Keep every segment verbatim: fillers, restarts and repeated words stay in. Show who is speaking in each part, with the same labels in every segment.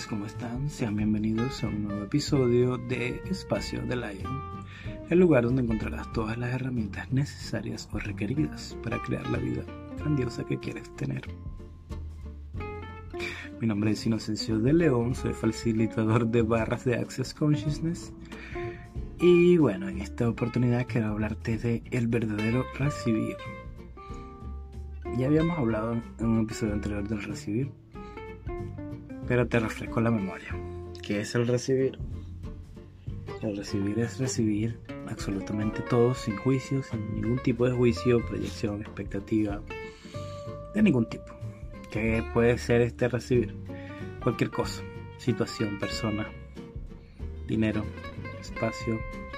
Speaker 1: chicos, ¿cómo están? Sean bienvenidos a un nuevo episodio de Espacio de Lion, el lugar donde encontrarás todas las herramientas necesarias o requeridas para crear la vida grandiosa que quieres tener. Mi nombre es Inocencio de León, soy facilitador de barras de Access Consciousness y bueno, en esta oportunidad quiero hablarte de el verdadero recibir. Ya habíamos hablado en un episodio anterior del recibir, pero te refresco la memoria. ¿Qué es el recibir? El recibir es recibir absolutamente todo sin juicio, sin ningún tipo de juicio, proyección, expectativa, de ningún tipo. ¿Qué puede ser este recibir? Cualquier cosa, situación, persona, dinero, espacio,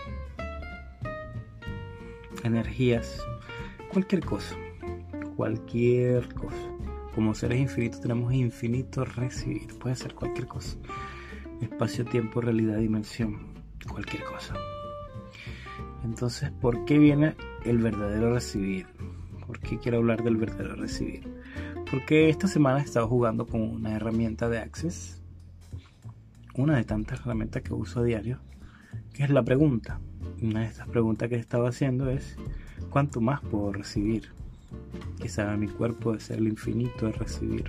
Speaker 1: energías, cualquier cosa, cualquier cosa. Como seres infinitos tenemos infinito recibir, puede ser cualquier cosa, espacio, tiempo, realidad, dimensión, cualquier cosa. Entonces, ¿por qué viene el verdadero recibir? ¿Por qué quiero hablar del verdadero recibir? Porque esta semana he estado jugando con una herramienta de Access, una de tantas herramientas que uso a diario, que es la pregunta. Una de estas preguntas que he estado haciendo es: ¿cuánto más puedo recibir? Que sabe mi cuerpo de ser el infinito de recibir.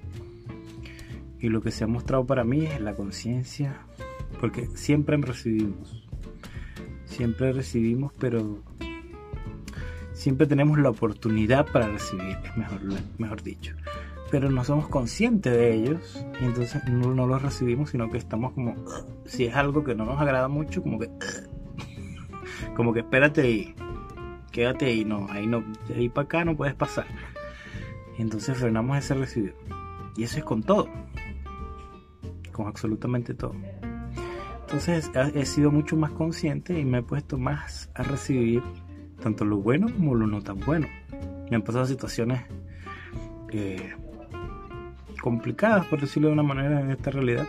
Speaker 1: Y lo que se ha mostrado para mí es la conciencia, porque siempre recibimos, siempre recibimos, pero siempre tenemos la oportunidad para recibir, es mejor, mejor dicho, pero no somos conscientes de ellos y entonces no, no los recibimos, sino que estamos como, si es algo que no nos agrada mucho, como que como que espérate ahí, quédate ahí, no, ahí no, de ahí para acá no puedes pasar. Y entonces frenamos ese recibir. Y eso es con todo, con absolutamente todo. Entonces he, he sido mucho más consciente y me he puesto más a recibir tanto lo bueno como lo no tan bueno. Me han pasado situaciones eh, complicadas, por decirlo de una manera, en esta realidad,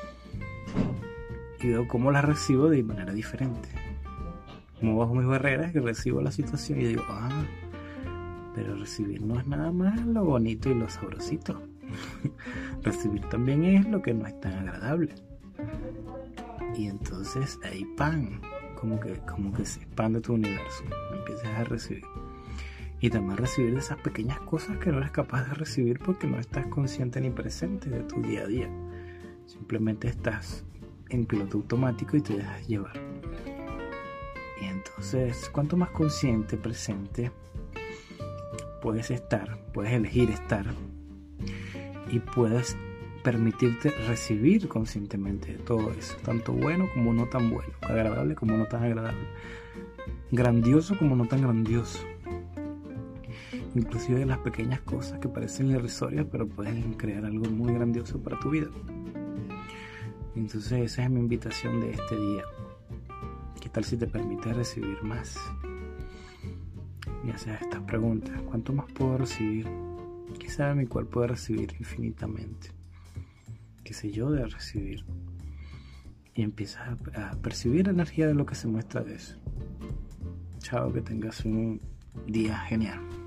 Speaker 1: y veo cómo las recibo de manera diferente. Como bajo mis barreras, que recibo la situación y digo, ah, pero recibir no es nada más lo bonito y lo sabrosito. Recibir también es lo que no es tan agradable. Y entonces ahí pan, como que, como que se expande tu universo, empiezas a recibir. Y también recibir de esas pequeñas cosas que no eres capaz de recibir porque no estás consciente ni presente de tu día a día. Simplemente estás en piloto automático y te dejas llevar. Y entonces, cuanto más consciente, presente puedes estar, puedes elegir estar y puedes permitirte recibir conscientemente todo eso, tanto bueno como no tan bueno, agradable como no tan agradable, grandioso como no tan grandioso, inclusive las pequeñas cosas que parecen irrisorias pero pueden crear algo muy grandioso para tu vida. Entonces esa es mi invitación de este día. ¿Qué tal si te permites recibir más? Y haces estas preguntas: ¿cuánto más puedo recibir? ¿Qué sabe mi cuerpo de recibir infinitamente? ¿Qué sé yo de recibir? Y empiezas a, a percibir la energía de lo que se muestra de eso. Chao, que tengas un día genial.